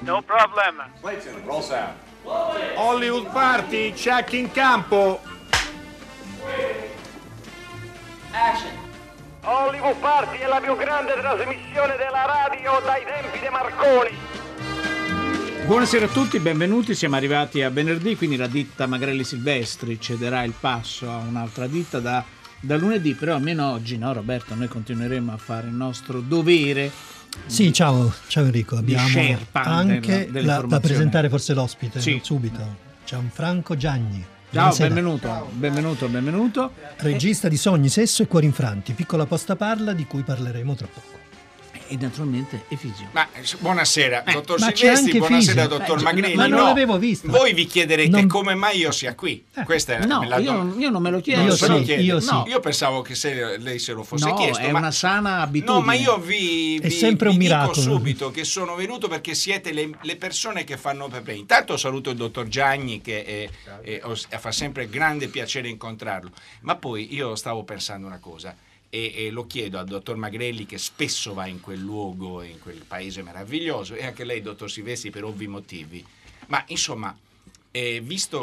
No problem. Clayton, roll sound. Hollywood Party, check in campo. Action. Hollywood Party è la più grande trasmissione della radio dai tempi di Marconi. Buonasera a tutti, benvenuti. Siamo arrivati a venerdì, quindi la ditta Magrelli Silvestri cederà il passo a un'altra ditta da lunedì, però almeno oggi, no Roberto, noi continueremo a fare il nostro dovere. Sì, ciao Enrico, abbiamo anche da presentare forse l'ospite, sì. Subito. Gianfranco Gianni. Ciao, Buonasera. benvenuto. Regista di Sogni, Sesso e Cuori Infranti, piccola posta parla di cui parleremo tra poco. E naturalmente Efisio. Ma buonasera, dottor ma c'è Silvestri, anche buonasera, Fisio. dottor Magrelli. Ma non l'avevo visto. Voi vi chiederete come mai io sia qui. Questa è No, la io non me lo chiedo. Io sì. Io pensavo che lei se lo fosse No, chiesto. è una sana abitudine. No, ma io vi sempre un dico miracolo. subito che sono venuto perché siete le persone che fanno per me. Intanto saluto il dottor Gianni che fa sempre grande piacere incontrarlo. Ma poi io stavo pensando una cosa. E lo chiedo al dottor Magrelli, che spesso va in quel luogo, in quel paese meraviglioso, e anche lei, dottor Silvestri, per ovvi motivi. Ma insomma, visto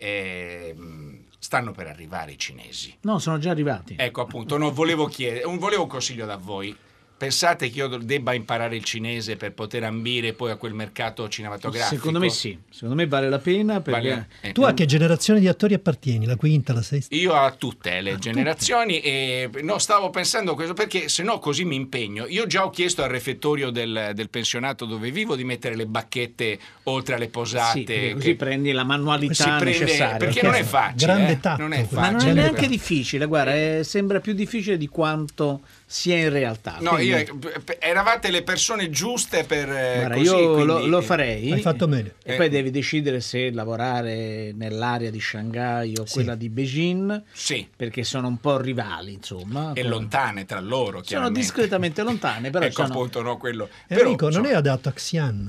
che stanno per arrivare i cinesi. No, sono già arrivati. Ecco, appunto, non volevo un consiglio da voi. Pensate che io debba imparare il cinese per poter ambire poi a quel mercato cinematografico? Secondo me sì, secondo me vale la pena perché... Tu a che generazione di attori appartieni? La quinta, la sesta? Io a tutte le generazioni e no, stavo pensando questo perché se no così mi impegno. Io già ho chiesto al refettorio del pensionato dove vivo di mettere le bacchette oltre alle posate. Sì, così prendi la manualità necessaria. Perché non è facile. Grande tatto. Non è quello. Ma non facile. è neanche difficile, guarda, sembra più difficile di quanto sia in realtà. No, Quindi, eravate le persone giuste per guarda, così, io quindi, lo farei. Hai fatto bene. E poi devi decidere se lavorare nell'area di Shanghai o quella di Beijing, sì, perché sono un po' rivali, insomma. e lontane tra loro, Sono chiaramente. discretamente lontane, però Ecco, sono... appunto, no, quello. Enrico, Però, non è adatto a Xi'an?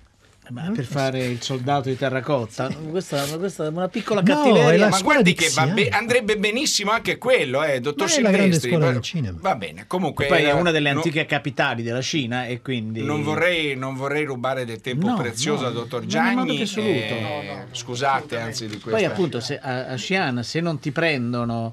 Ma per fare il soldato di terracotta, questa è una piccola No, è cattiveria. la ma scuola guardi di che Xi'an. andrebbe benissimo anche quello, dottor Ma è la grande Silvestri. scuola del cinema. Va bene, comunque Poi è una delle antiche capitali della Cina e quindi... Non vorrei rubare del tempo No, prezioso no, al dottor non Gianni. in modo che assoluto. Scusate, anzi, di questo. Poi appunto a Xi'an se non ti prendono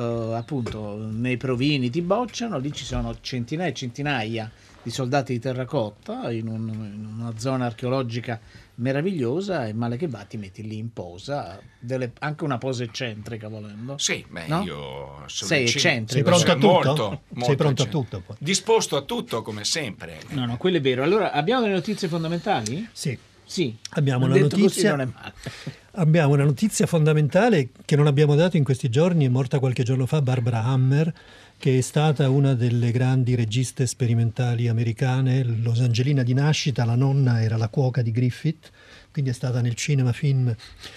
appunto nei provini ti bocciano, lì ci sono centinaia e centinaia di soldati di terracotta in una zona archeologica meravigliosa e male che va ti metti lì in posa, anche una posa eccentrica volendo. Sì, beh, no? io sono Sei eccentrico. Sei pronto a tutto? Molto Sei pronto a eccentrico. tutto? Poi. Disposto a tutto, come sempre. No, quello è vero. Allora, abbiamo delle notizie fondamentali? Sì. Sì. Abbiamo Non una detto così notizia. non è male. Abbiamo una notizia fondamentale che non abbiamo dato in questi giorni, è morta qualche giorno fa Barbara Hammer, che è stata una delle grandi registe sperimentali americane, losangelina di nascita, la nonna era la cuoca di Griffith, quindi è stata nel cinema fin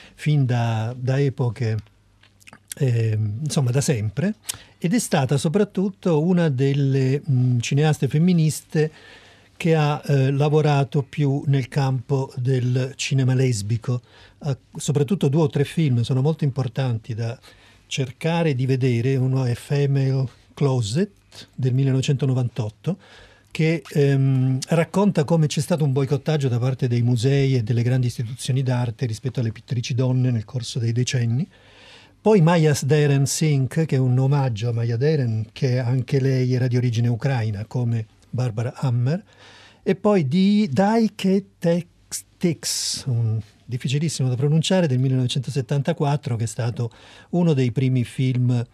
da epoche, insomma da sempre, ed è stata soprattutto una delle cineaste femministe che ha lavorato più nel campo del cinema lesbico, soprattutto 2 o 3 film sono molto importanti da cercare di vedere. Uno è Female Closet del 1998 che racconta come c'è stato un boicottaggio da parte dei musei e delle grandi istituzioni d'arte rispetto alle pittrici donne nel corso dei decenni. Poi Maya Deren Singh, che è un omaggio a Maya Deren, che anche lei era di origine ucraina come Barbara Hammer, e poi di Daike Tix, difficilissimo da pronunciare, del 1974, che è stato uno dei primi film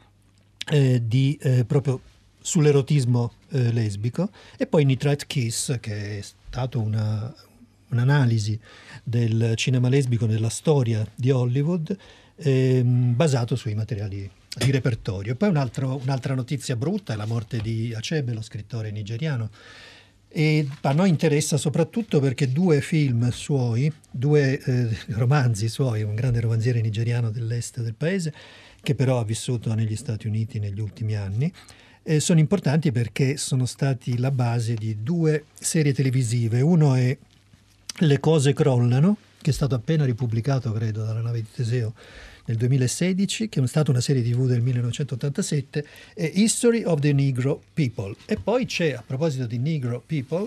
proprio sull'erotismo lesbico, e poi Nitrate Kiss, che è stato un'analisi del cinema lesbico nella storia di Hollywood, basato sui materiali di repertorio. Poi un'altra notizia brutta è la morte di Achebe, lo scrittore nigeriano, e a noi interessa soprattutto perché 2 film suoi, 2 romanzi suoi, un grande romanziere nigeriano dell'est del paese che però ha vissuto negli Stati Uniti negli ultimi anni, sono importanti perché sono stati la base di 2 serie televisive. Uno è Le cose crollano, che è stato appena ripubblicato credo dalla nave di Teseo nel 2016, che è stata una serie TV del 1987, e History of the Negro People. E poi c'è, a proposito di Negro People,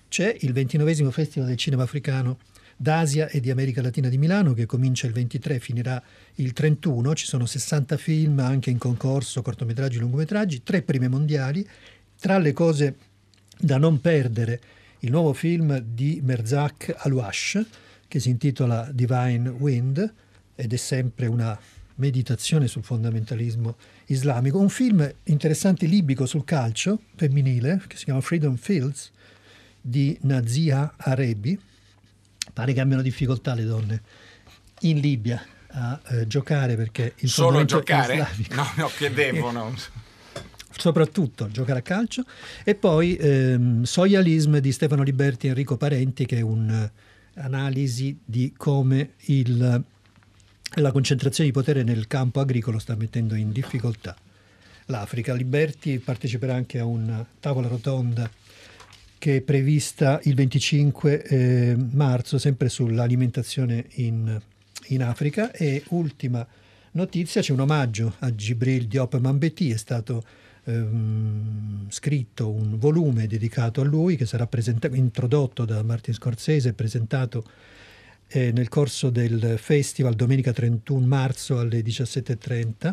c'è il 29esimo Festival del Cinema Africano d'Asia e di America Latina di Milano, che comincia il 23 e finirà il 31. Ci sono 60 film anche in concorso, cortometraggi, lungometraggi, 3 prime mondiali. Tra le cose da non perdere, il nuovo film di Merzak Alouash, che si intitola Divine Wind, ed è sempre una meditazione sul fondamentalismo islamico. Un film interessante libico sul calcio femminile, che si chiama Freedom Fields, di Nazia Arebi. Pare che abbiano difficoltà le donne in Libia a giocare, perché il solo fondamento giocare? islamico, No, che devono. soprattutto giocare a calcio. E poi Soyalism di Stefano Liberti e Enrico Parenti, che è un'analisi di come la concentrazione di potere nel campo agricolo sta mettendo in difficoltà l'Africa. Liberti parteciperà anche a una tavola rotonda che è prevista il 25 marzo, sempre sull'alimentazione in Africa. E ultima notizia, c'è un omaggio a Djibril Diop Mambéty. È stato scritto un volume dedicato a lui, che sarà introdotto da Martin Scorsese e presentato nel corso del festival domenica 31 marzo alle 17:30,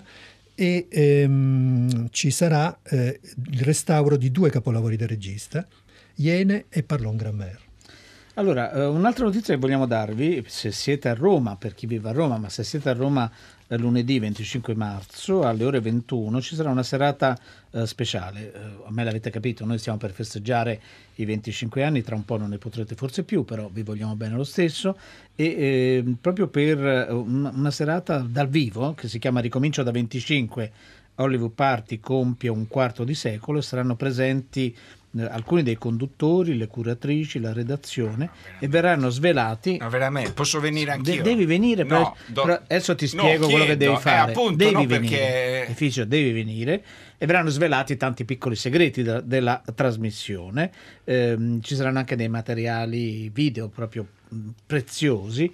e ci sarà il restauro di 2 capolavori del regista, Iene e Parlons Grammaire. Allora, un'altra notizia che vogliamo darvi, se siete a Roma, per chi vive a Roma, ma se siete a Roma lunedì 25 marzo alle ore 21 ci sarà una serata speciale. A me l'avete capito, noi stiamo per festeggiare i 25 anni, tra un po' non ne potrete forse più, però vi vogliamo bene lo stesso, e proprio per una serata dal vivo che si chiama Ricomincio da 25, Hollywood Party compie un quarto di secolo, e saranno presenti alcuni dei conduttori, le curatrici, la redazione, e verranno svelati. No, veramente, posso venire anch'io? Devi venire, No, però adesso ti spiego quello che devi fare. Appunto, devi no, venire, perché... Efisio, devi venire, e verranno svelati tanti piccoli segreti della trasmissione. Ci saranno anche dei materiali video proprio preziosi,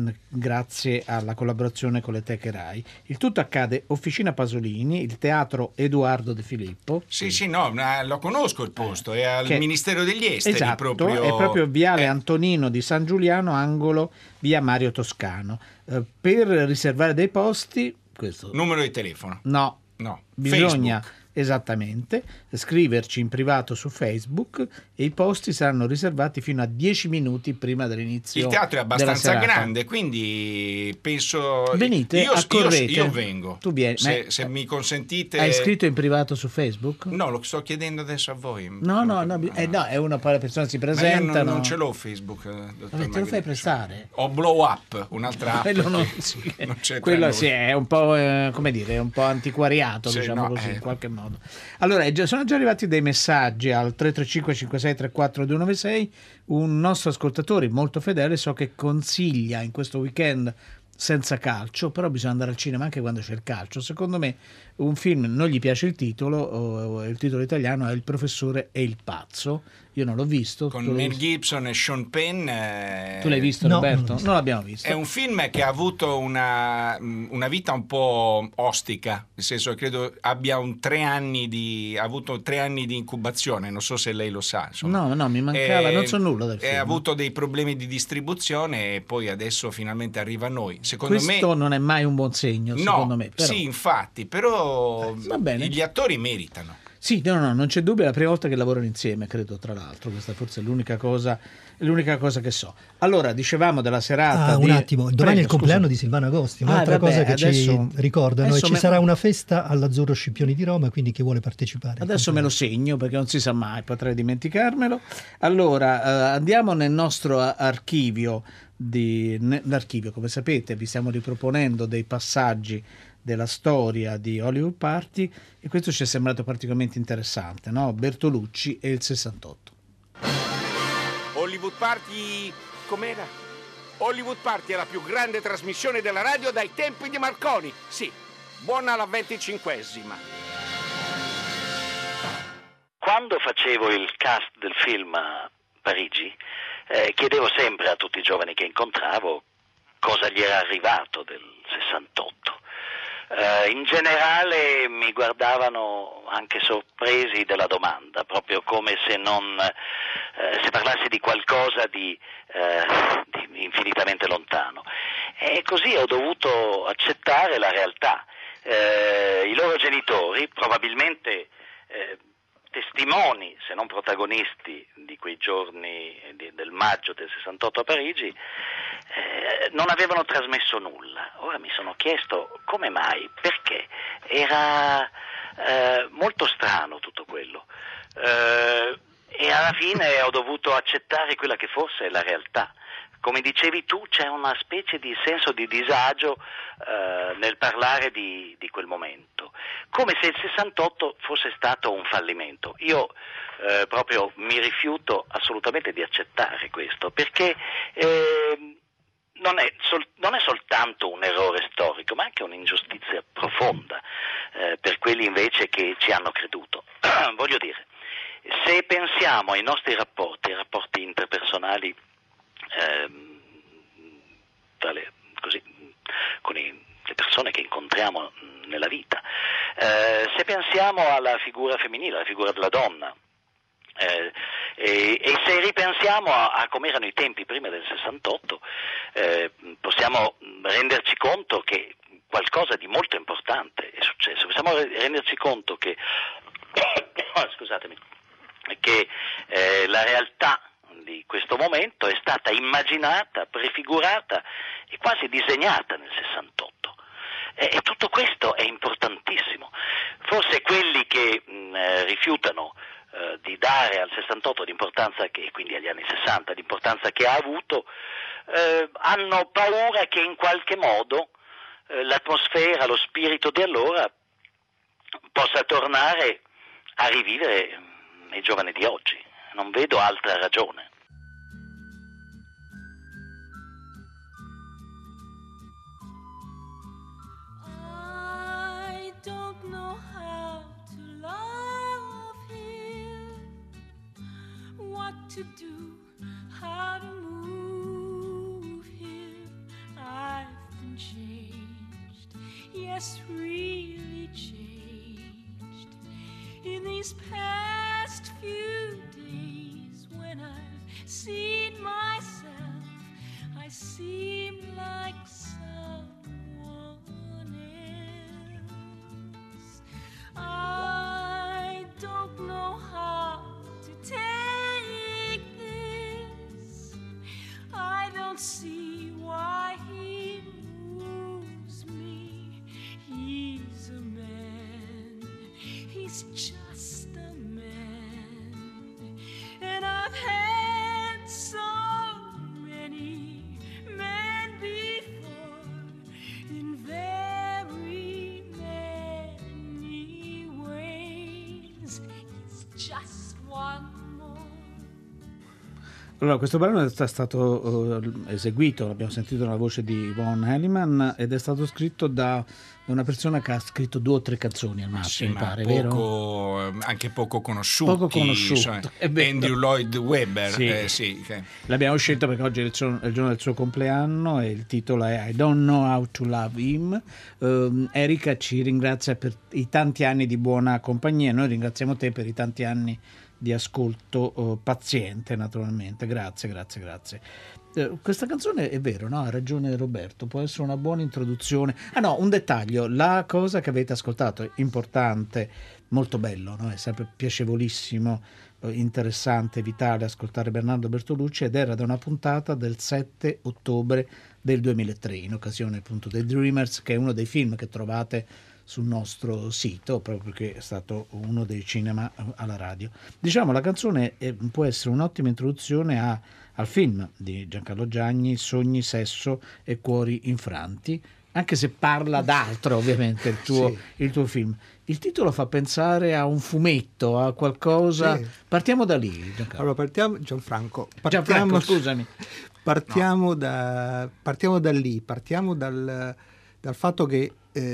grazie alla collaborazione con le Teche Rai. Il tutto accade Officina Pasolini, il teatro Edoardo De Filippo. Sì, no, lo conosco il posto, è al Ministero degli Esteri. Esatto, proprio... è proprio Viale Antonino di San Giuliano, angolo via Mario Toscano. Per riservare dei posti, questo numero di telefono? No, bisogna Facebook. Esattamente, scriverci in privato su Facebook, e i posti saranno riservati fino a 10 minuti prima dell'inizio. Il teatro è abbastanza grande, quindi penso... Venite, accorrete. Io vengo. Tu vieni. Se mi consentite... Hai scritto in privato su Facebook? No, lo sto chiedendo adesso a voi. No, è una poi le persone si presentano. Ma io non ce l'ho Facebook, dottor Vabbè, te lo fai prestare? Ho Blow Up, un'altra app. Non c'è quello sì, è un po' come dire, è un po' antiquariato, sì, diciamo così, in qualche modo. Allora, sono già arrivati dei messaggi al 335 56 34 296. Un nostro ascoltatore molto fedele, so che consiglia in questo weekend senza calcio, però bisogna andare al cinema anche quando c'è il calcio. Secondo me un film, non gli piace il titolo italiano è Il professore e il pazzo. Io non l'ho visto. Con Mel Gibson e Sean Penn. Tu l'hai visto, no, Roberto? Non l'abbiamo visto. È un film che ha avuto una vita un po' ostica, nel senso che credo abbia ha avuto 3 anni di incubazione, non so se lei lo sa. Insomma. No, mi mancava, non so nulla del film. Ha avuto dei problemi di distribuzione e poi adesso finalmente arriva a noi. Secondo Questo non è mai un buon segno, secondo me. Però. Sì, infatti, però va bene. Gli attori meritano. Sì, no, non c'è dubbio, è la prima volta che lavorano insieme, credo, tra l'altro. Questa forse è l'unica cosa che so. Allora, dicevamo della serata un attimo, domani è il compleanno di Silvano Agosti, un'altra cosa che ci ricordano, e ci sarà una festa all'Azzurro Scipioni di Roma, quindi chi vuole partecipare. Adesso me lo segno, perché non si sa mai, potrei dimenticarmelo. Allora, andiamo nel nostro archivio. L'archivio, come sapete, vi stiamo riproponendo dei passaggi della storia di Hollywood Party, e questo ci è sembrato particolarmente interessante, no? Bertolucci e il 68. Hollywood Party com'era? Hollywood Party è la più grande trasmissione della radio dai tempi di Marconi. Sì, buona la 25esima. Quando facevo il cast del film a Parigi, chiedevo sempre a tutti i giovani che incontravo cosa gli era arrivato del 68. In generale mi guardavano anche sorpresi della domanda, proprio come se se parlassi di qualcosa di infinitamente lontano. E così ho dovuto accettare la realtà. I loro genitori, probabilmente testimoni, se non protagonisti, di quei giorni del maggio del 68 a Parigi, non avevano trasmesso nulla. Ora mi sono chiesto come mai, perché era molto strano tutto quello, e alla fine ho dovuto accettare quella che forse è la realtà. Come dicevi tu, c'è una specie di senso di disagio nel parlare di quel momento, come se il 68 fosse stato un fallimento. Io proprio mi rifiuto assolutamente di accettare questo, perché non è soltanto un errore storico, ma anche un'ingiustizia profonda per quelli invece che ci hanno creduto. Voglio dire, se pensiamo ai nostri rapporti interpersonali, con le persone che incontriamo nella vita, se pensiamo alla figura femminile, alla figura della donna, e se ripensiamo a come erano i tempi prima del 68, possiamo renderci conto che qualcosa di molto importante è successo. Possiamo renderci conto che che la realtà di questo momento è stata immaginata, prefigurata e quasi disegnata nel 68. E tutto questo è importantissimo. Forse quelli che rifiutano di dare al 68 l'importanza che, quindi agli anni 60, l'importanza che ha avuto, hanno paura che in qualche modo l'atmosfera, lo spirito di allora possa tornare a rivivere nei giovani di oggi. Non vedo altra ragione. I don't know how to love him, what to do, how to move him. I've been changed, yes, really changed in these past few days. When I've seen myself, I seem like someone else. I don't know how to take this. I don't see why he moves me. He's a man, he's just a man, and I've had so many men before, in very many ways. He's just one more. Allora, questo brano è stato eseguito, l'abbiamo sentito nella voce di Von Hellman, ed è stato scritto da una persona che ha scritto 2 o 3 canzoni al massimo, mi pare, vero? Anche poco conosciuti. Poco conosciuto, Andrew Lloyd Webber. Sì. L'abbiamo scelto perché oggi è il giorno del suo compleanno e il titolo è I Don't Know How to Love Him. Erika ci ringrazia per i tanti anni di buona compagnia, noi ringraziamo te per i tanti anni di ascolto paziente, naturalmente. Grazie. Questa canzone, è vero, no? Ha ragione Roberto, può essere una buona introduzione. Un dettaglio, la cosa che avete ascoltato è importante, molto bello, no? È sempre piacevolissimo, interessante, vitale ascoltare Bernardo Bertolucci, ed era da una puntata del 7 ottobre del 2003, in occasione appunto dei Dreamers, che è uno dei film che trovate sul nostro sito, proprio perché è stato uno dei cinema alla radio. Diciamo, la canzone può essere un'ottima introduzione al film di Giancarlo Giagni, Sogni, sesso e cuori infranti, anche se parla d'altro, ovviamente, il tuo film. Il titolo fa pensare a un fumetto, a qualcosa. Sì. Partiamo da lì, Giancarlo. Allora, Gianfranco, scusami. Partiamo da lì, partiamo dal fatto che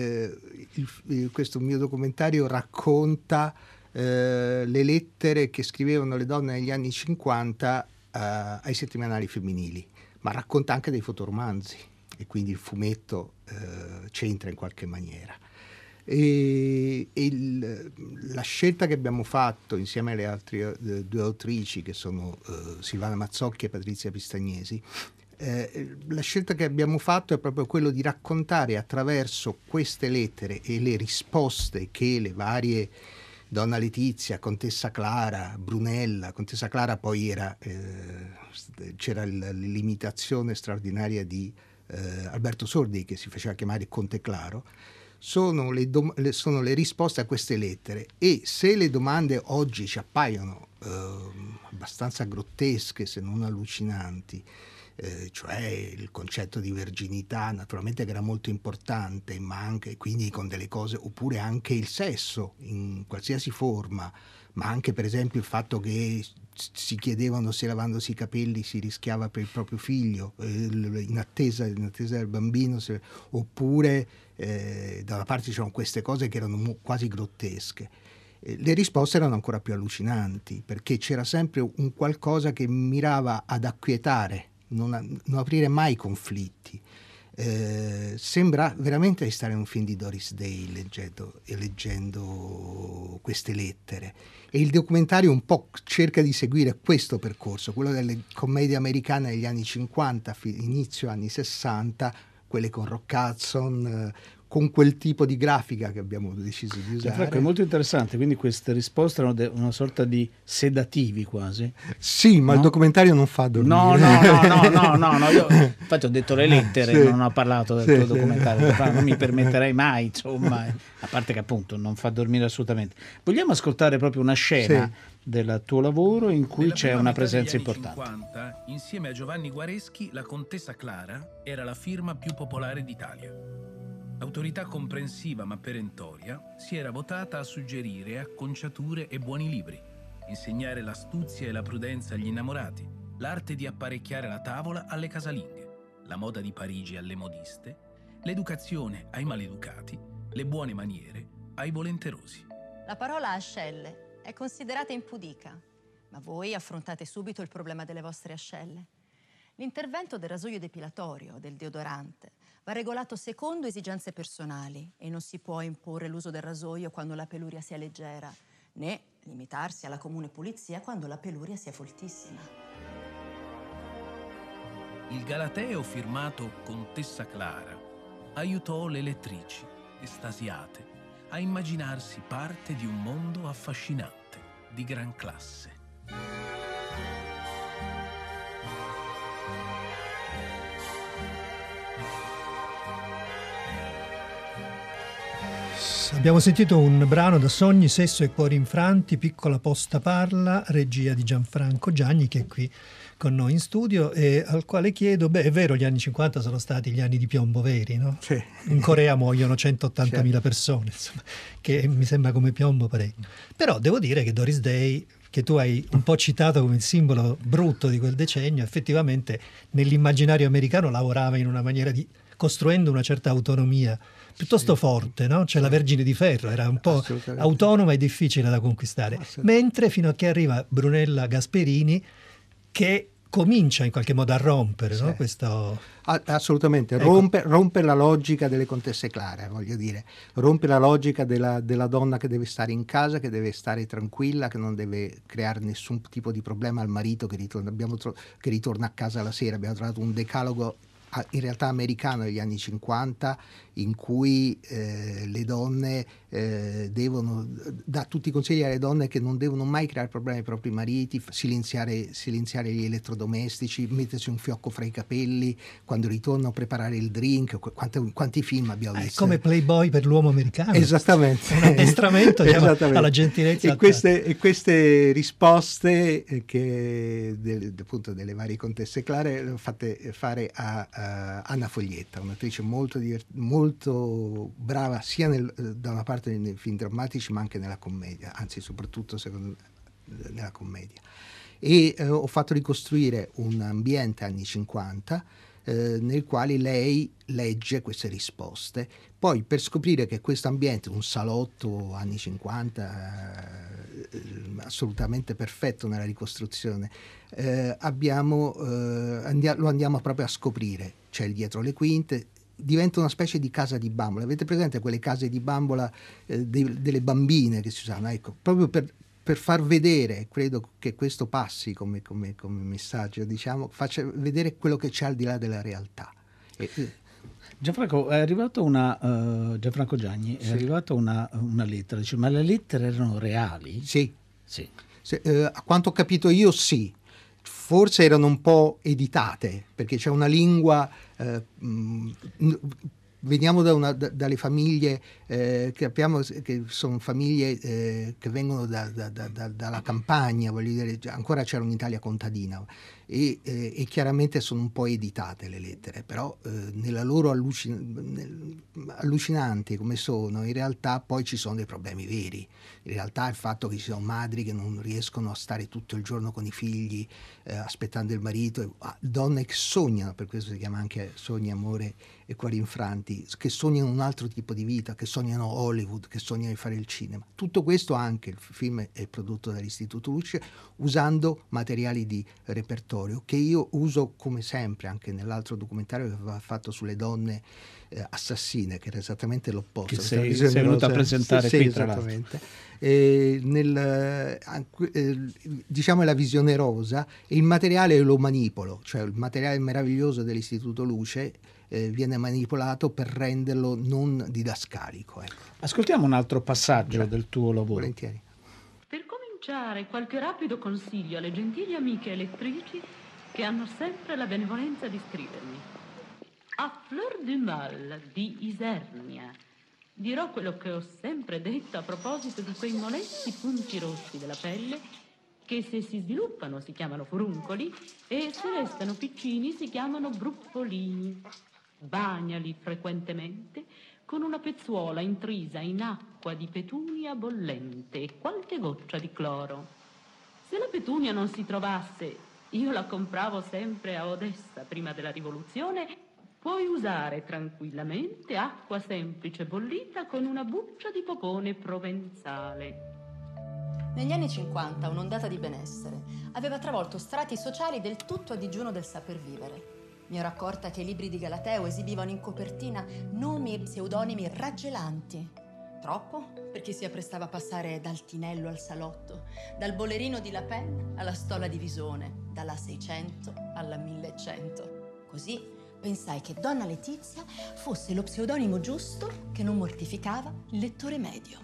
questo mio documentario racconta le lettere che scrivevano le donne negli anni 50 ai settimanali femminili, ma racconta anche dei fotoromanzi. e quindi il fumetto c'entra in qualche maniera. E la scelta che abbiamo fatto insieme alle altre due autrici, che sono Silvana Mazzocchi e Patrizia Pistagnesi, la scelta che abbiamo fatto è proprio quello di raccontare attraverso queste lettere e le risposte che le varie Donna Letizia, Contessa Clara, Brunella, Contessa Clara poi c'era l'imitazione straordinaria di Alberto Sordi, che si faceva chiamare Conte Claro. Sono le risposte a queste lettere, e se le domande oggi ci appaiono abbastanza grottesche, se non allucinanti, cioè il concetto di verginità, naturalmente, che era molto importante, ma anche quindi con delle cose, oppure anche il sesso in qualsiasi forma, ma anche per esempio il fatto che si chiedevano se lavandosi i capelli si rischiava per il proprio figlio, in attesa del bambino, oppure da una parte c'erano queste cose che erano quasi grottesche. Le risposte erano ancora più allucinanti, perché c'era sempre un qualcosa che mirava ad acquietare, non aprire mai conflitti. Sembra veramente di stare in un film di Doris Day leggendo queste lettere, e il documentario un po' cerca di seguire questo percorso, quello delle commedie americane degli anni 50, inizio anni 60, quelle con Rock Hudson, con quel tipo di grafica che abbiamo deciso di usare. Franco, è molto interessante, quindi queste risposte erano una sorta di sedativi quasi. Sì, ma no? Il documentario non fa dormire. No, io infatti ho detto le lettere, sì, non ho parlato del tuo documentario, non mi permetterei mai, insomma, a parte che appunto non fa dormire assolutamente. Vogliamo ascoltare proprio una scena del tuo lavoro in cui c'è una presenza importante. Negli anni 50, insieme a Giovanni Guareschi, la Contessa Clara era la firma più popolare d'Italia. Autorità comprensiva ma perentoria, si era votata a suggerire acconciature e buoni libri, insegnare l'astuzia e la prudenza agli innamorati, l'arte di apparecchiare la tavola alle casalinghe, la moda di Parigi alle modiste, l'educazione ai maleducati, le buone maniere ai volenterosi. La parola ascelle è considerata impudica, ma voi affrontate subito il problema delle vostre ascelle. L'intervento del rasoio depilatorio, del deodorante, va regolato secondo esigenze personali e non si può imporre l'uso del rasoio quando la peluria sia leggera, né limitarsi alla comune pulizia quando la peluria sia foltissima. Il galateo firmato Contessa Clara aiutò le lettrici, estasiate, a immaginarsi parte di un mondo affascinante, di gran classe. Abbiamo sentito un brano da Sogni, Sesso e Cuori Infranti, Piccola Posta Parla, regia di Gianfranco Gianni, che è qui con noi in studio e al quale chiedo, è vero, gli anni 50 sono stati gli anni di piombo veri, no? Sì. In Corea muoiono 180.000 persone, insomma, che mi sembra come piombo parecchio. Però devo dire che Doris Day, che tu hai un po' citato come il simbolo brutto di quel decennio, effettivamente nell'immaginario americano lavorava in una maniera costruendo una certa autonomia piuttosto forte, no? Cioè la Vergine di Ferro era un po' autonoma e difficile da conquistare, mentre fino a che arriva Brunella Gasperini, che comincia in qualche modo a rompere, no? Questo... Assolutamente, ecco. rompe la logica delle Contesse Clara, voglio dire, rompe la logica della donna che deve stare in casa, che deve stare tranquilla, che non deve creare nessun tipo di problema al marito che ritorna a casa la sera. Abbiamo trovato un decalogo in realtà americano degli anni 50 in cui le donne dà tutti i consigli alle donne che non devono mai creare problemi ai propri mariti, silenziare gli elettrodomestici, mettersi un fiocco fra i capelli, quando ritornano preparare il drink. Quanti film abbiamo visto? Come Playboy per l'uomo americano. Esattamente. Un addestramento alla gentilezza. E queste risposte appunto delle varie Contesse Clare le fatte fare a Anna Foglietta, un'attrice molto brava sia da una parte nei film drammatici ma anche nella commedia, anzi soprattutto secondo me nella commedia. e ho fatto ricostruire un ambiente anni 50 nel quale lei legge queste risposte. Poi, per scoprire che questo ambiente, un salotto anni 50 assolutamente perfetto nella ricostruzione, lo andiamo proprio a scoprire. C'è dietro le quinte, diventa una specie di casa di bambola. Avete presente quelle case di bambola delle bambine che si usano? Ecco, proprio per far vedere, credo che questo passi come messaggio, diciamo, faccia vedere quello che c'è al di là della realtà. Gianfranco, è arrivato Gianfranco Giagni, è arrivata una lettera, dice, ma le lettere erano reali? Sì. A quanto ho capito io, sì. Forse erano un po' editate, perché c'è una lingua, veniamo dalle famiglie che abbiamo, che sono famiglie che vengono dalla campagna, voglio dire, ancora c'era un'Italia contadina, e chiaramente sono un po' editate le lettere, però nella loro allucinanti come sono, in realtà poi ci sono dei problemi veri. In realtà il fatto che ci sono madri che non riescono a stare tutto il giorno con i figli aspettando il marito, donne che sognano, per questo si chiama anche Sogni, amore e cuori infranti, che sognano un altro tipo di vita, che sognano Hollywood, che sognano di fare il cinema. Tutto questo, anche il film è prodotto dall'Istituto Luce usando materiali di repertorio che io uso come sempre anche nell'altro documentario che aveva fatto sulle donne assassine, che era esattamente l'opposto. Che sei venuto a presentare qui, tra esattamente. Diciamo è la visione rosa, e il materiale lo manipolo, cioè il materiale meraviglioso dell'Istituto Luce viene manipolato per renderlo non didascalico. Ecco. Ascoltiamo un altro passaggio del tuo lavoro. Volentieri. Per cominciare, qualche rapido consiglio alle gentili amiche elettrici che hanno sempre la benevolenza di scrivermi. A Fleur du Mal di Isernia dirò quello che ho sempre detto a proposito di quei molesti punti rossi della pelle che se si sviluppano si chiamano furuncoli e se restano piccini si chiamano bruffolini. Bagnali frequentemente con una pezzuola intrisa in acqua di petunia bollente e qualche goccia di cloro. Se la petunia non si trovasse, io la compravo sempre a Odessa prima della rivoluzione, puoi usare tranquillamente acqua semplice bollita con una buccia di popone provenzale. Negli anni 50 un'ondata di benessere aveva travolto strati sociali del tutto a digiuno del saper vivere. Mi ero accorta che i libri di Galateo esibivano in copertina nomi e pseudonimi raggelanti. Troppo per chi si apprestava a passare dal tinello al salotto, dal bollerino di La Pen alla stola di Visone, dalla 600 alla 1100. Così pensai che Donna Letizia fosse lo pseudonimo giusto che non mortificava il lettore medio.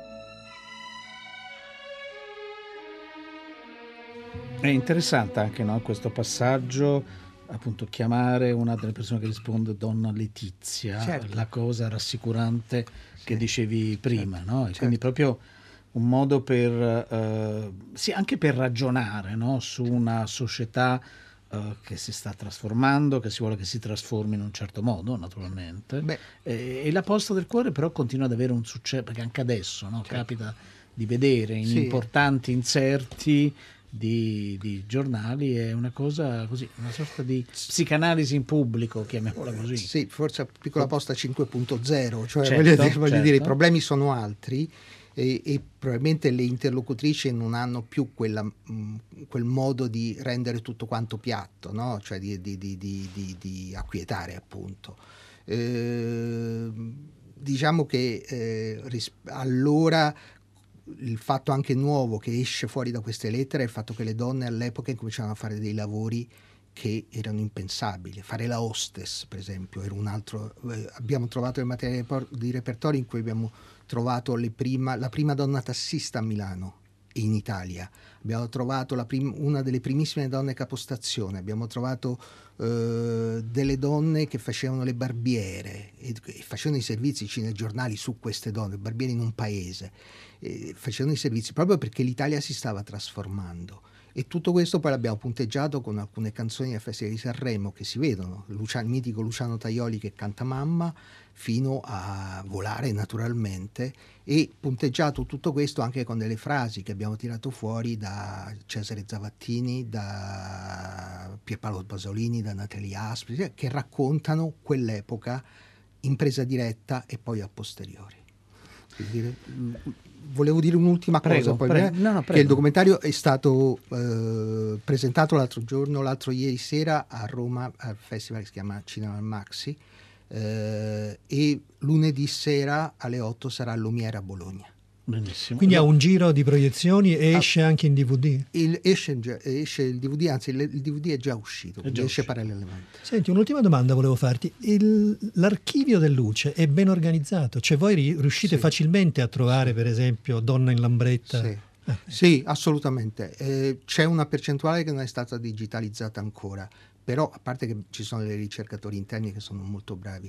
È interessante anche, no, questo passaggio, appunto, chiamare una delle persone che risponde Donna Letizia, certo, la cosa rassicurante che dicevi prima, no? E certo, quindi proprio un modo per sì, anche per ragionare, no, su una società che si sta trasformando, che si vuole che si trasformi in un certo modo, naturalmente. E la Posta del Cuore però continua ad avere un successo, perché anche adesso, no, certo, capita di vedere in importanti inserti di giornali, è una cosa così, una sorta di psicanalisi in pubblico, chiamiamola così. Sì, forse Piccola Posta 5.0, cioè certo, voglio dire, i problemi sono altri e probabilmente le interlocutrici non hanno più quel modo di rendere tutto quanto piatto, no? Cioè di acquietare, appunto. Diciamo che allora il fatto anche nuovo che esce fuori da queste lettere è il fatto che le donne all'epoca incominciavano a fare dei lavori che erano impensabili. Fare la hostess, per esempio, era un altro. Abbiamo trovato il materiale di repertorio in cui abbiamo trovato la prima donna tassista a Milano e in Italia. Abbiamo trovato una delle primissime donne capostazione. Abbiamo trovato delle donne che facevano le barbiere e facevano i servizi, cinegiornali su queste donne, barbieri in un paese. Facevano i servizi proprio perché l'Italia si stava trasformando. E tutto questo poi l'abbiamo punteggiato con alcune canzoni del Festival di Sanremo che si vedono, il mitico Luciano Tajoli che canta Mamma, fino a Volare naturalmente, e punteggiato tutto questo anche con delle frasi che abbiamo tirato fuori da Cesare Zavattini, da Pierpaolo Pasolini, da Natalia Aspri, che raccontano quell'epoca in presa diretta e poi a posteriori. Volevo dire un'ultima cosa, che il documentario è stato presentato l'altro ieri sera a Roma al festival che si chiama Cinema al Maxi, e lunedì sera alle 8 sarà a Lumiere a Bologna. Benissimo. Quindi ha un giro di proiezioni e esce anche in DVD? Esce il DVD, anzi il DVD è già uscito, esce parallelamente. Senti, un'ultima domanda volevo farti. L'archivio del Luce è ben organizzato? Cioè voi riuscite facilmente a trovare per esempio Donna in Lambretta? Sì. Sì, assolutamente. C'è una percentuale che non è stata digitalizzata ancora, però a parte che ci sono dei ricercatori interni che sono molto bravi,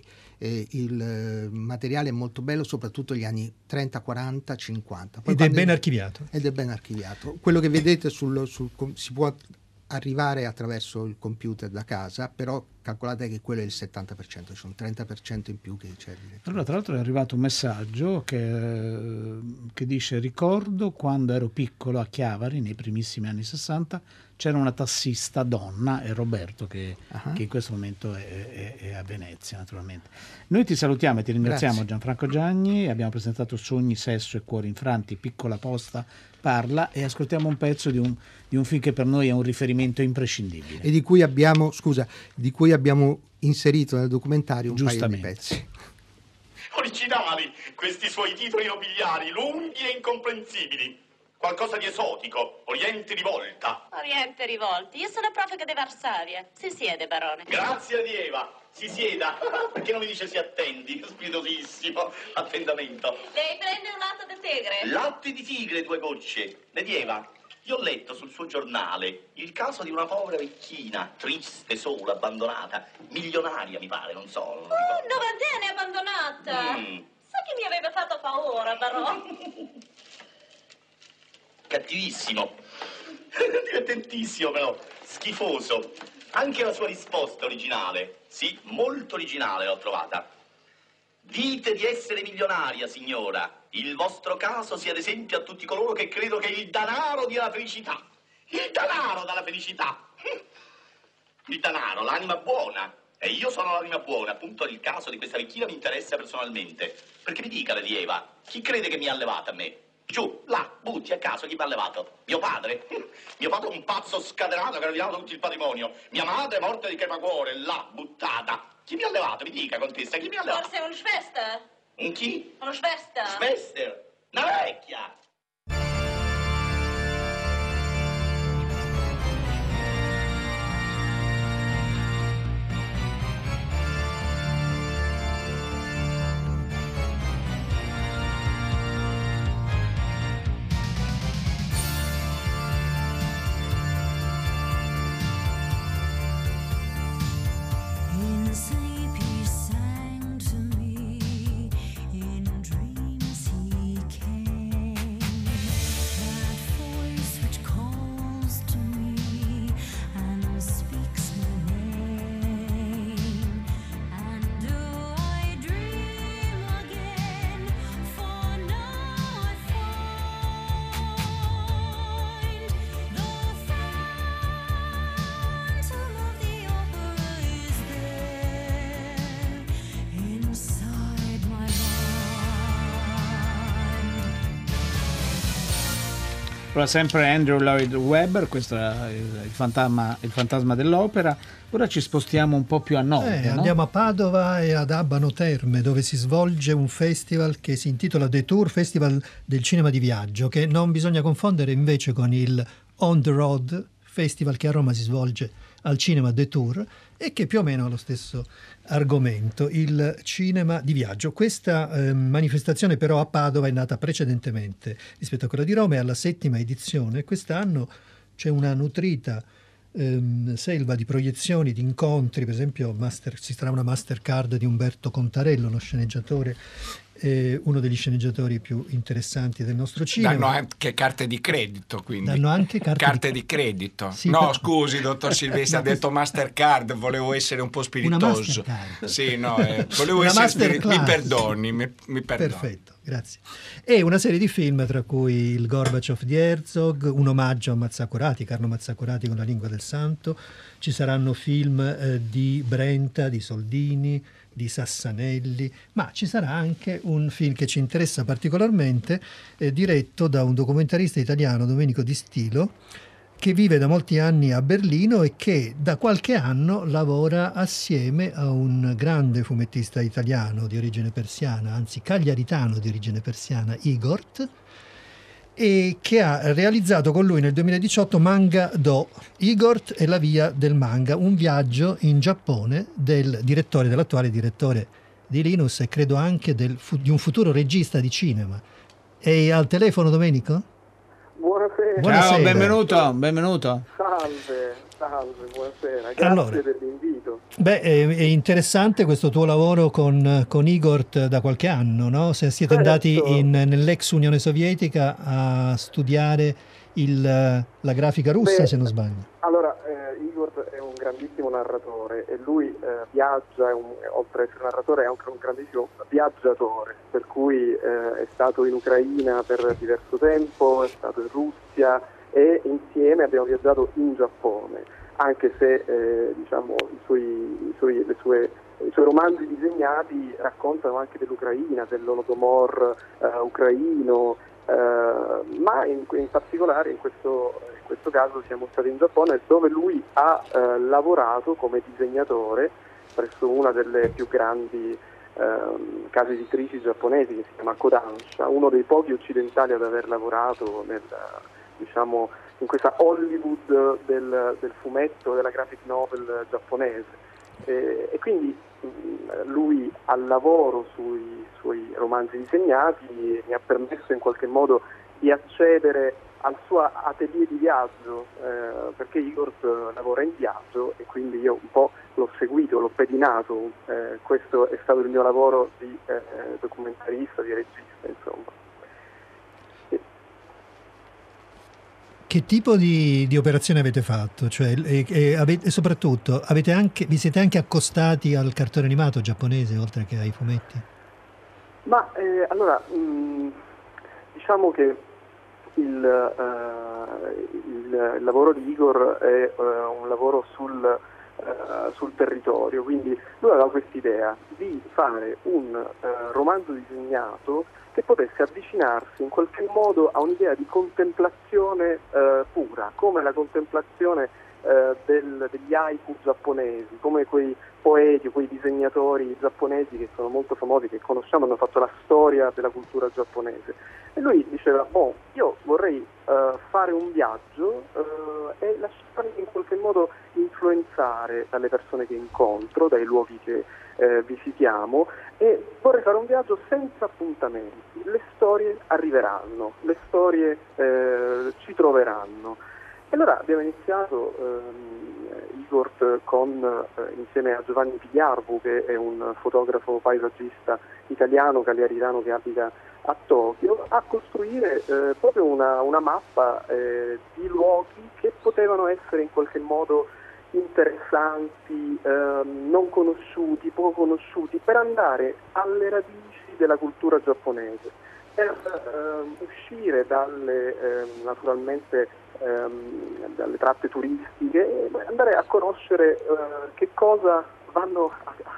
il materiale è molto bello, soprattutto gli anni 30, 40, 50. Poi Ed è ben archiviato. Ed è ben archiviato. Quello che vedete si può arrivare attraverso il computer da casa, però calcolate che quello è il 70%, c'è un 30% in più che c'è. Allora, tra l'altro è arrivato un messaggio che dice: ricordo quando ero piccolo a Chiavari nei primissimi anni 60 c'era una tassista donna, e Roberto che in questo momento è a Venezia naturalmente. Noi ti salutiamo e ti ringraziamo. Grazie. Gianfranco Gianni, abbiamo presentato Sogni, Sesso e Cuori Infranti, Piccola Posta parla, e ascoltiamo un pezzo di un film che per noi è un riferimento imprescindibile. E di cui abbiamo inserito nel documentario un paio di pezzi. Originali, questi suoi titoli nobiliari, lunghi e incomprensibili. Qualcosa di esotico, Oriente rivolta. Oriente rivolti, io sono profe di Varsavia. Si siede, barone. Grazie di Eva, si sieda. Perché non mi dice si attendi? Spiritosissimo. Attendamento. Lei prende un latte di tigre? Latte di tigre, 2 gocce. Lady Eva, io ho letto sul suo giornale il caso di una povera vecchina, triste, sola, abbandonata, milionaria mi pare, non so. 90 anni abbandonata. Sa che mi aveva fatto paura, barone? Cattivissimo, divertentissimo però, schifoso. Anche la sua risposta originale, sì, molto originale l'ho trovata. Dite di essere milionaria, signora. Il vostro caso sia ad esempio a tutti coloro che credono che il danaro dia la felicità. Il danaro dà la felicità. Il danaro, l'anima buona. E io sono l'anima buona. Appunto il caso di questa vecchina mi interessa personalmente. Perché mi dica, Lady Eva, chi crede che mi ha allevato a me? Giù, là, butti a caso, chi mi ha levato? Mio padre? Mio padre è un pazzo scatenato che ha rovinato tutto il patrimonio. Mia madre è morta di cremacuore, là, buttata. Chi mi ha levato? Mi dica, contessa, chi mi ha levato? Forse un Schwester? Un chi? Uno Schwester? Schwester? Una vecchia! Ora sempre Andrew Lloyd Webber, questo è il fantasma dell'opera. Ora ci spostiamo un po' più a nord. No? Andiamo a Padova e ad Abano Terme, dove si svolge un festival che si intitola Detour, Festival del Cinema di Viaggio, che non bisogna confondere invece con il On the Road Festival che a Roma si svolge al Cinema Detour e che più o meno ha lo stesso argomento, il cinema di viaggio. Questa manifestazione però a Padova è nata precedentemente rispetto a quella di Roma, è alla 7ª edizione. Quest'anno c'è una nutrita selva di proiezioni, di incontri, per esempio ci sarà una Mastercard di Umberto Contarello, uno sceneggiatore uno degli sceneggiatori più interessanti del nostro cinema. Danno anche carte di credito, quindi. Danno anche carte di credito. Sì, no, per... scusi, dottor Silvestri, ha detto Mastercard, volevo essere un po' spiritoso. Sì, no, volevo essere mi perdoni, mi perdoni. Perfetto, grazie. E una serie di film, tra cui il Gorbaciov di Herzog, un omaggio a Mazzacurati, Carlo Mazzacurati con La lingua del santo. Ci saranno film di Brenta, di Soldini, di Sassanelli, ma ci sarà anche un film che ci interessa particolarmente, diretto da un documentarista italiano, Domenico Di Stilo, che vive da molti anni a Berlino e che da qualche anno lavora assieme a un grande fumettista italiano di origine persiana, anzi cagliaritano di origine persiana, Igort, e che ha realizzato con lui nel 2018 Manga Do, Igort e la via del manga, un viaggio in Giappone dell'attuale direttore di Linus e credo anche di un futuro regista di cinema. È al telefono Domenico? Buonasera. Ciao, benvenuto. Salve, buonasera. Grazie per l'invito. Beh, è interessante questo tuo lavoro con Igort da qualche anno, no? Se siete andati nell'ex Unione Sovietica a studiare la grafica russa, se non sbaglio. Allora, Igor è un grandissimo narratore e lui viaggia, oltre ad essere narratore è anche un grandissimo viaggiatore, per cui è stato in Ucraina per diverso tempo, è stato in Russia e insieme abbiamo viaggiato in Giappone, anche se diciamo i suoi romanzi disegnati raccontano anche dell'Ucraina, dell'Holodomor ucraino, ma in particolare in questo caso siamo stati in Giappone, dove lui ha lavorato come disegnatore presso una delle più grandi case editrici giapponesi che si chiama Kodansha, uno dei pochi occidentali ad aver lavorato in questa Hollywood del fumetto, della graphic novel giapponese. E quindi lui al lavoro sui suoi romanzi disegnati mi ha permesso in qualche modo di accedere al suo atelier di viaggio, perché Igor lavora in viaggio e quindi io un po' l'ho seguito, l'ho pedinato, questo è stato il mio lavoro di documentarista, di regista, insomma. Che tipo di operazione avete fatto? Cioè, e soprattutto vi siete anche accostati al cartone animato giapponese oltre che ai fumetti? Ma allora diciamo che il lavoro di Igor è un lavoro sul territorio, quindi lui aveva quest'idea di fare un romanzo disegnato che potesse avvicinarsi in qualche modo a un'idea di contemplazione pura, come la contemplazione degli haiku giapponesi, come quei poeti, quei disegnatori giapponesi che sono molto famosi, che conosciamo, hanno fatto la storia della cultura giapponese. E lui diceva, io vorrei fare un viaggio e lasciarmi in qualche modo influenzare dalle persone che incontro, dai luoghi che visitiamo, e vorrei fare un viaggio senza appuntamenti. Le storie arriveranno, le storie ci troveranno. E allora abbiamo iniziato Igor insieme a Giovanni Pigliarvu, che è un fotografo paesaggista italiano, cagliaritano, che abita a Tokyo, a costruire proprio una mappa di luoghi che potevano essere in qualche modo interessanti, non conosciuti, poco conosciuti, per andare alle radici della cultura giapponese, per uscire naturalmente dalle tratte turistiche, andare a conoscere che cosa vanno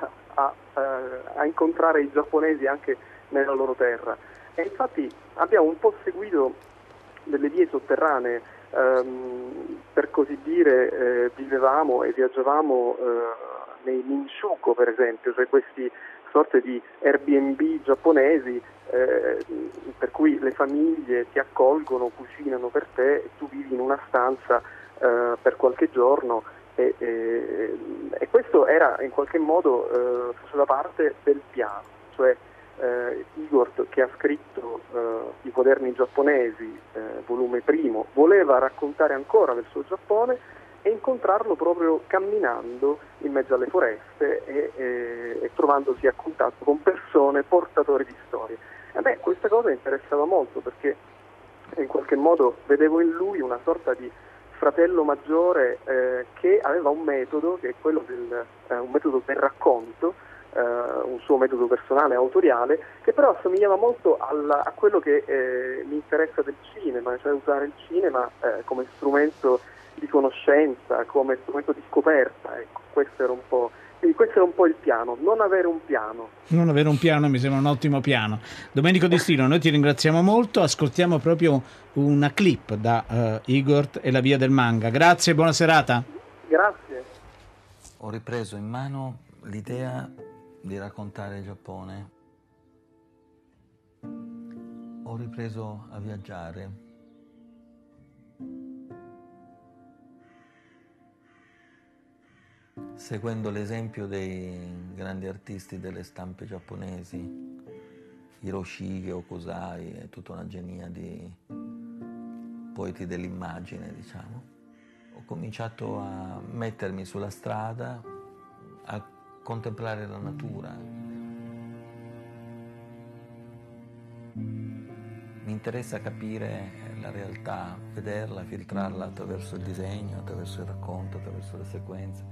a incontrare i giapponesi anche nella loro terra. E infatti abbiamo un po' seguito delle vie sotterranee, per così dire, vivevamo e viaggiavamo nei Minshuko, per esempio, cioè questi sorte di Airbnb giapponesi, per cui le famiglie ti accolgono, cucinano per te e tu vivi in una stanza per qualche giorno e questo era in qualche modo faceva parte del piano, cioè Igor, che ha scritto I quaderni giapponesi, volume primo, voleva raccontare ancora del suo Giappone e incontrarlo proprio camminando in mezzo alle foreste e trovandosi a contatto con persone portatori di storie. A me questa cosa interessava molto perché in qualche modo vedevo in lui una sorta di fratello maggiore che aveva un metodo, che è quello un metodo del racconto, un suo metodo personale, autoriale, che però assomigliava molto a quello che mi interessa del cinema, cioè usare il cinema come strumento di conoscenza, come strumento di scoperta. Ecco, questo era un po' il piano, non avere un piano. Non avere un piano mi sembra un ottimo piano. Domenico Di Stilo, noi ti ringraziamo molto, ascoltiamo proprio una clip da Igor e la via del manga. Grazie, buona serata. Grazie. Ho ripreso in mano l'idea di raccontare il Giappone. Ho ripreso a viaggiare. Seguendo l'esempio dei grandi artisti delle stampe giapponesi, Hiroshige, Hokusai e tutta una genia di poeti dell'immagine, diciamo, ho cominciato a mettermi sulla strada, a contemplare la natura. Mi interessa capire la realtà, vederla, filtrarla attraverso il disegno, attraverso il racconto, attraverso le sequenze.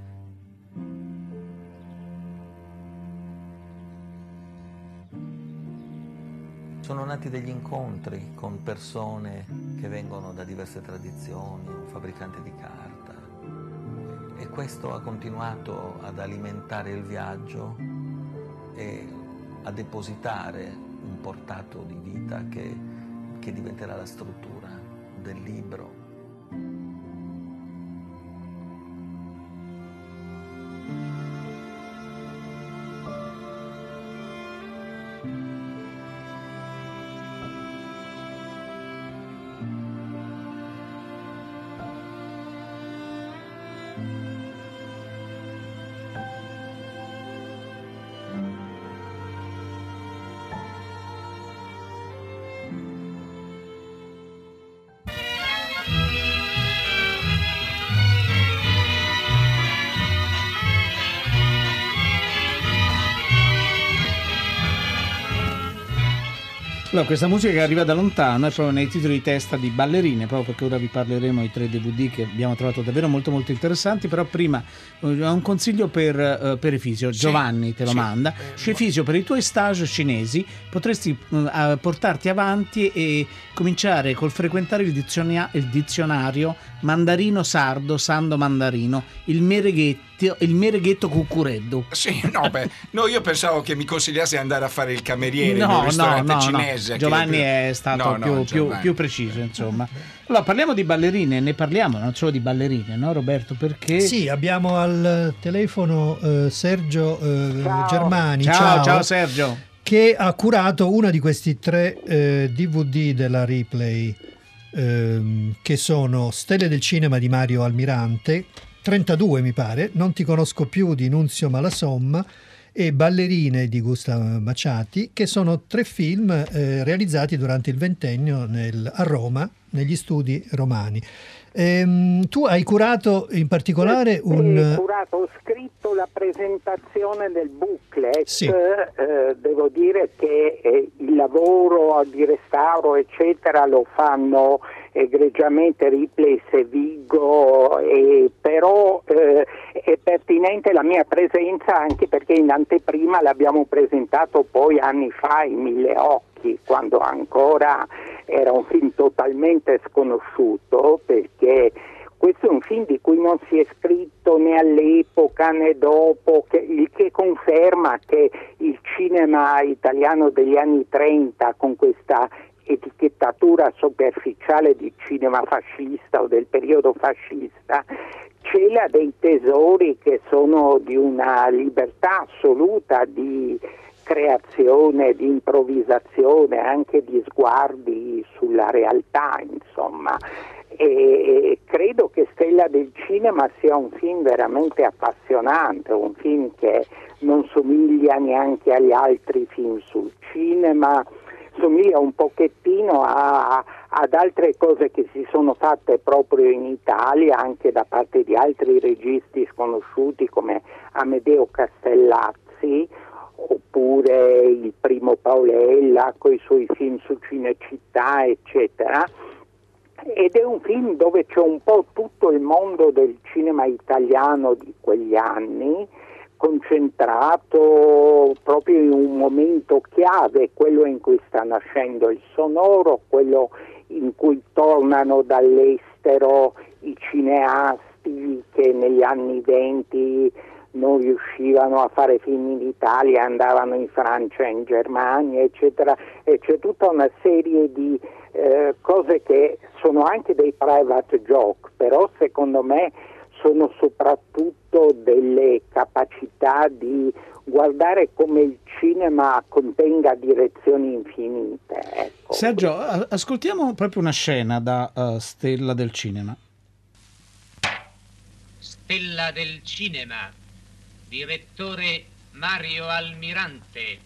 Sono nati degli incontri con persone che vengono da diverse tradizioni, un fabbricante di carta, e questo ha continuato ad alimentare il viaggio e a depositare un portato di vita che diventerà la struttura del libro. Allora, questa musica che arriva da lontano è proprio nei titoli di testa di Ballerine, proprio perché ora vi parleremo di 3 DVD che abbiamo trovato davvero molto molto interessanti. Però prima ho un consiglio per Efisio. Sì, Giovanni te lo manda. Efisio, per i tuoi stage cinesi potresti portarti avanti e cominciare col frequentare il dizionario mandarino sardo, sando mandarino, il mereghetto cucureddu. Sì, no, io pensavo che mi consigliassi di andare a fare il cameriere in un ristorante cinese. No. Giovanni è stato più preciso, insomma. Allora, parliamo di ballerine, ne parliamo non solo di ballerine, no Roberto? Perché sì, abbiamo al telefono Sergio Germani. Ciao Sergio. Che ha curato una di questi 3 DVD della Ripley, che sono Stelle del cinema di Mario Almirante, 32 mi pare, Non ti conosco più di Nunzio Malasomma e Ballerine di Gustav Maciati, che sono 3 film realizzati durante il ventennio a Roma, negli studi romani. Tu hai curato in particolare ho scritto la presentazione del booklet. Sì. Devo dire che il lavoro di restauro eccetera lo fanno egregiamente Ripley e Vigo, però è pertinente la mia presenza anche perché in anteprima l'abbiamo presentato poi anni fa in 1000 occhi, quando ancora era un film totalmente sconosciuto, perché questo è un film di cui non si è scritto né all'epoca né dopo, il che conferma che il cinema italiano degli anni 30, con questa etichettatura superficiale di cinema fascista o del periodo fascista, cela dei tesori che sono di una libertà assoluta di creazione, di improvvisazione, anche di sguardi sulla realtà, insomma. E credo che Stella del cinema sia un film veramente appassionante, un film che non somiglia neanche agli altri film sul cinema, somiglia un pochettino a ad altre cose che si sono fatte proprio in Italia, anche da parte di altri registi sconosciuti come Amedeo Castellazzi, oppure il primo Paolella con i suoi film su Cinecittà, eccetera. Ed è un film dove c'è un po' tutto il mondo del cinema italiano di quegli anni, concentrato proprio in un momento chiave, quello in cui sta nascendo il sonoro, quello in cui tornano dall'estero i cineasti che negli anni 20 non riuscivano a fare film in Italia, andavano in Francia, in Germania, eccetera, e c'è tutta una serie di cose che sono anche dei private joke, però secondo me sono soprattutto delle capacità di guardare come il cinema contenga direzioni infinite. Ecco. Sergio, ascoltiamo proprio una scena da Stella del cinema. Stella del cinema, direttore Mario Almirante.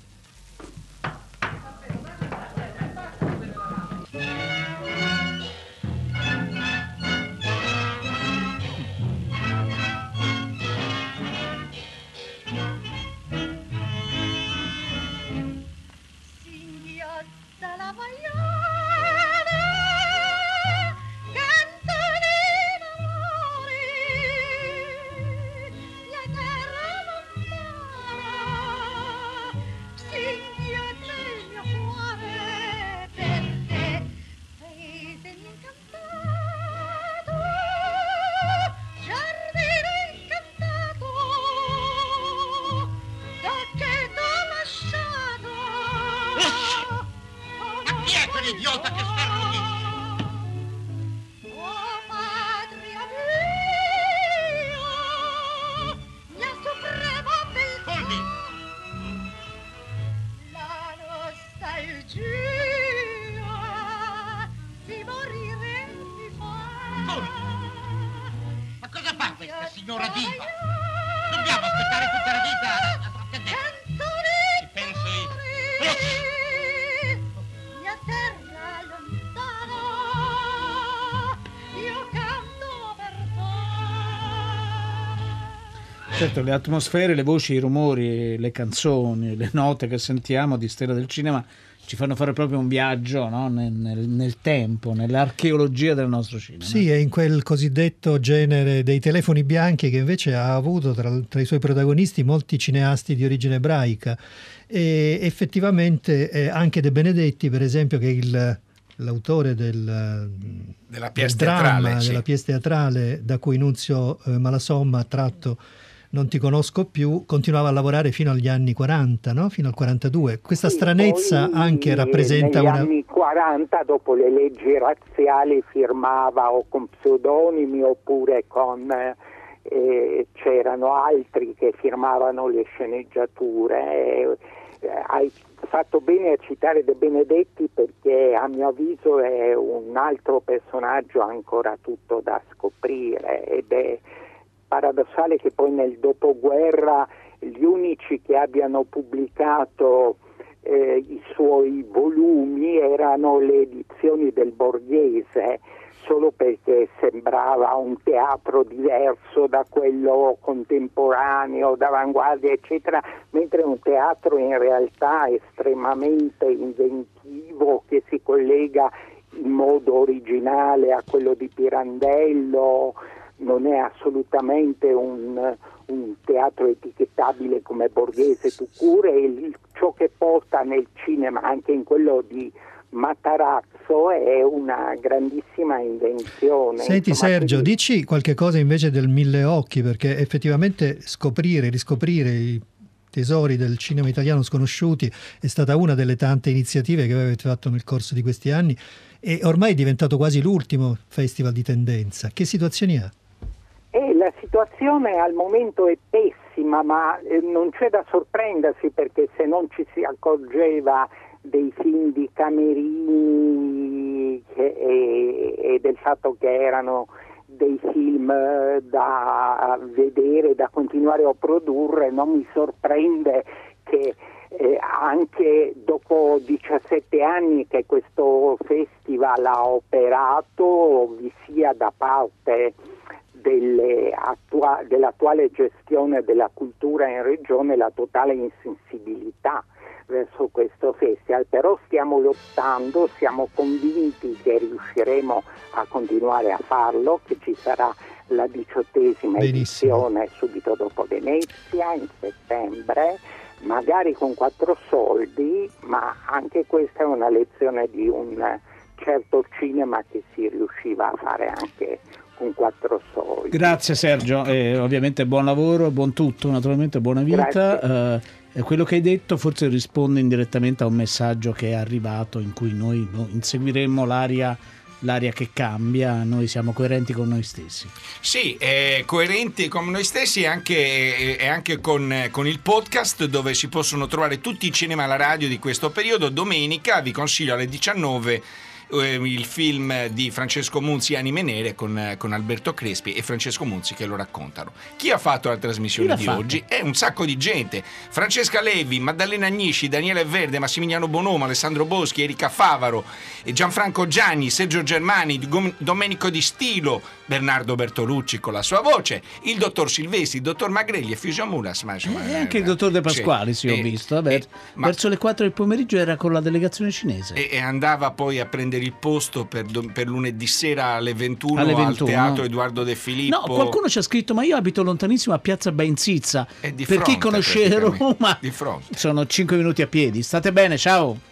Singhiozza la vaiana, cantano in amore, la terra lontana, singhiozza il mio cuore per te, paese incantato, giardino incantato, da che t'ho lasciato. Ma chi è quell'idiota che starnutisce? Oh patria mia, mia suprema beltà, la nostalgia di morire mi fa. Ma cosa fa questa signora diva? Dobbiamo aspettare tutta la vita a attendere. Ci penso io. Mia terra lontana, io canto per te. Certo, le atmosfere, le voci, i rumori, le canzoni, le note che sentiamo di Stella del cinema ci fanno fare proprio un viaggio, no? nel tempo, nell'archeologia del nostro cinema. Sì, è in quel cosiddetto genere dei telefoni bianchi che invece ha avuto tra i suoi protagonisti molti cineasti di origine ebraica, e effettivamente anche De Benedetti, per esempio, che è l'autore della del pièce dramma, teatrale, sì. della pièce teatrale da cui Nunzio Malasomma ha tratto Non ti conosco più, continuava a lavorare fino agli anni 40, no? Fino al 42. Questa stranezza anche rappresenta negli anni 40, dopo le leggi razziali, firmava o con pseudonimi oppure con c'erano altri che firmavano le sceneggiature. Hai fatto bene a citare De Benedetti, perché a mio avviso è un altro personaggio ancora tutto da scoprire, ed è paradossale che poi nel dopoguerra gli unici che abbiano pubblicato i suoi volumi erano le edizioni del Borghese, solo perché sembrava un teatro diverso da quello contemporaneo, d'avanguardia, eccetera, mentre è un teatro in realtà estremamente inventivo, che si collega in modo originale a quello di Pirandello. Non è assolutamente un teatro etichettabile come Borghese tout court, e ciò che porta nel cinema, anche in quello di Matarazzo, è una grandissima invenzione. Senti, insomma, Sergio, quindi... dici qualche cosa invece del Mille Occhi, perché effettivamente riscoprire i tesori del cinema italiano sconosciuti è stata una delle tante iniziative che avete fatto nel corso di questi anni, e ormai è diventato quasi l'ultimo festival di tendenza. Che situazioni ha? La situazione al momento è pessima, ma non c'è da sorprendersi, perché se non ci si accorgeva dei film di Camerini e del fatto che erano dei film da vedere, da continuare a produrre, non mi sorprende che anche dopo 17 anni che questo festival ha operato, vi sia da parte dell'attuale gestione della cultura in regione la totale insensibilità verso questo festival, però stiamo lottando, siamo convinti che riusciremo a continuare a farlo, che ci sarà la 18ª edizione subito dopo Venezia in settembre, magari con 4 soldi, ma anche questa è una lezione di un certo cinema che si riusciva a fare anche con 4 soldi. Grazie Sergio, ovviamente buon lavoro, buon tutto, naturalmente buona vita. Quello che hai detto forse risponde indirettamente a un messaggio che è arrivato, in cui noi inseguiremmo l'aria che cambia, noi siamo coerenti con noi stessi. Sì, coerenti con noi stessi e anche con il podcast, dove si possono trovare tutti i cinema alla radio di questo periodo. Domenica vi consiglio alle 19 il film di Francesco Munzi, Anime Nere, con Alberto Crespi e Francesco Munzi che lo raccontano. Chi ha fatto la trasmissione di oggi? È un sacco di gente: Francesca Levi, Maddalena Agnisci, Daniele Verde, Massimiliano Bonomo, Alessandro Boschi, Erika Favaro, Gianfranco Gianni, Sergio Germani, Domenico Di Stilo, Bernardo Bertolucci con la sua voce, il dottor Silvestri, il dottor Magrelli e Fusion Mulas, e anche il dottor De Pasquali, sì, ho visto. Verso le 4 del pomeriggio era con la delegazione cinese e andava poi a prendere il posto per lunedì sera alle 21 al Teatro Edoardo De Filippo. No, qualcuno ci ha scritto: ma io abito lontanissimo a Piazza Benzizza. Per chi conosce Roma, di fronte. sono 5 minuti a piedi. State bene, ciao.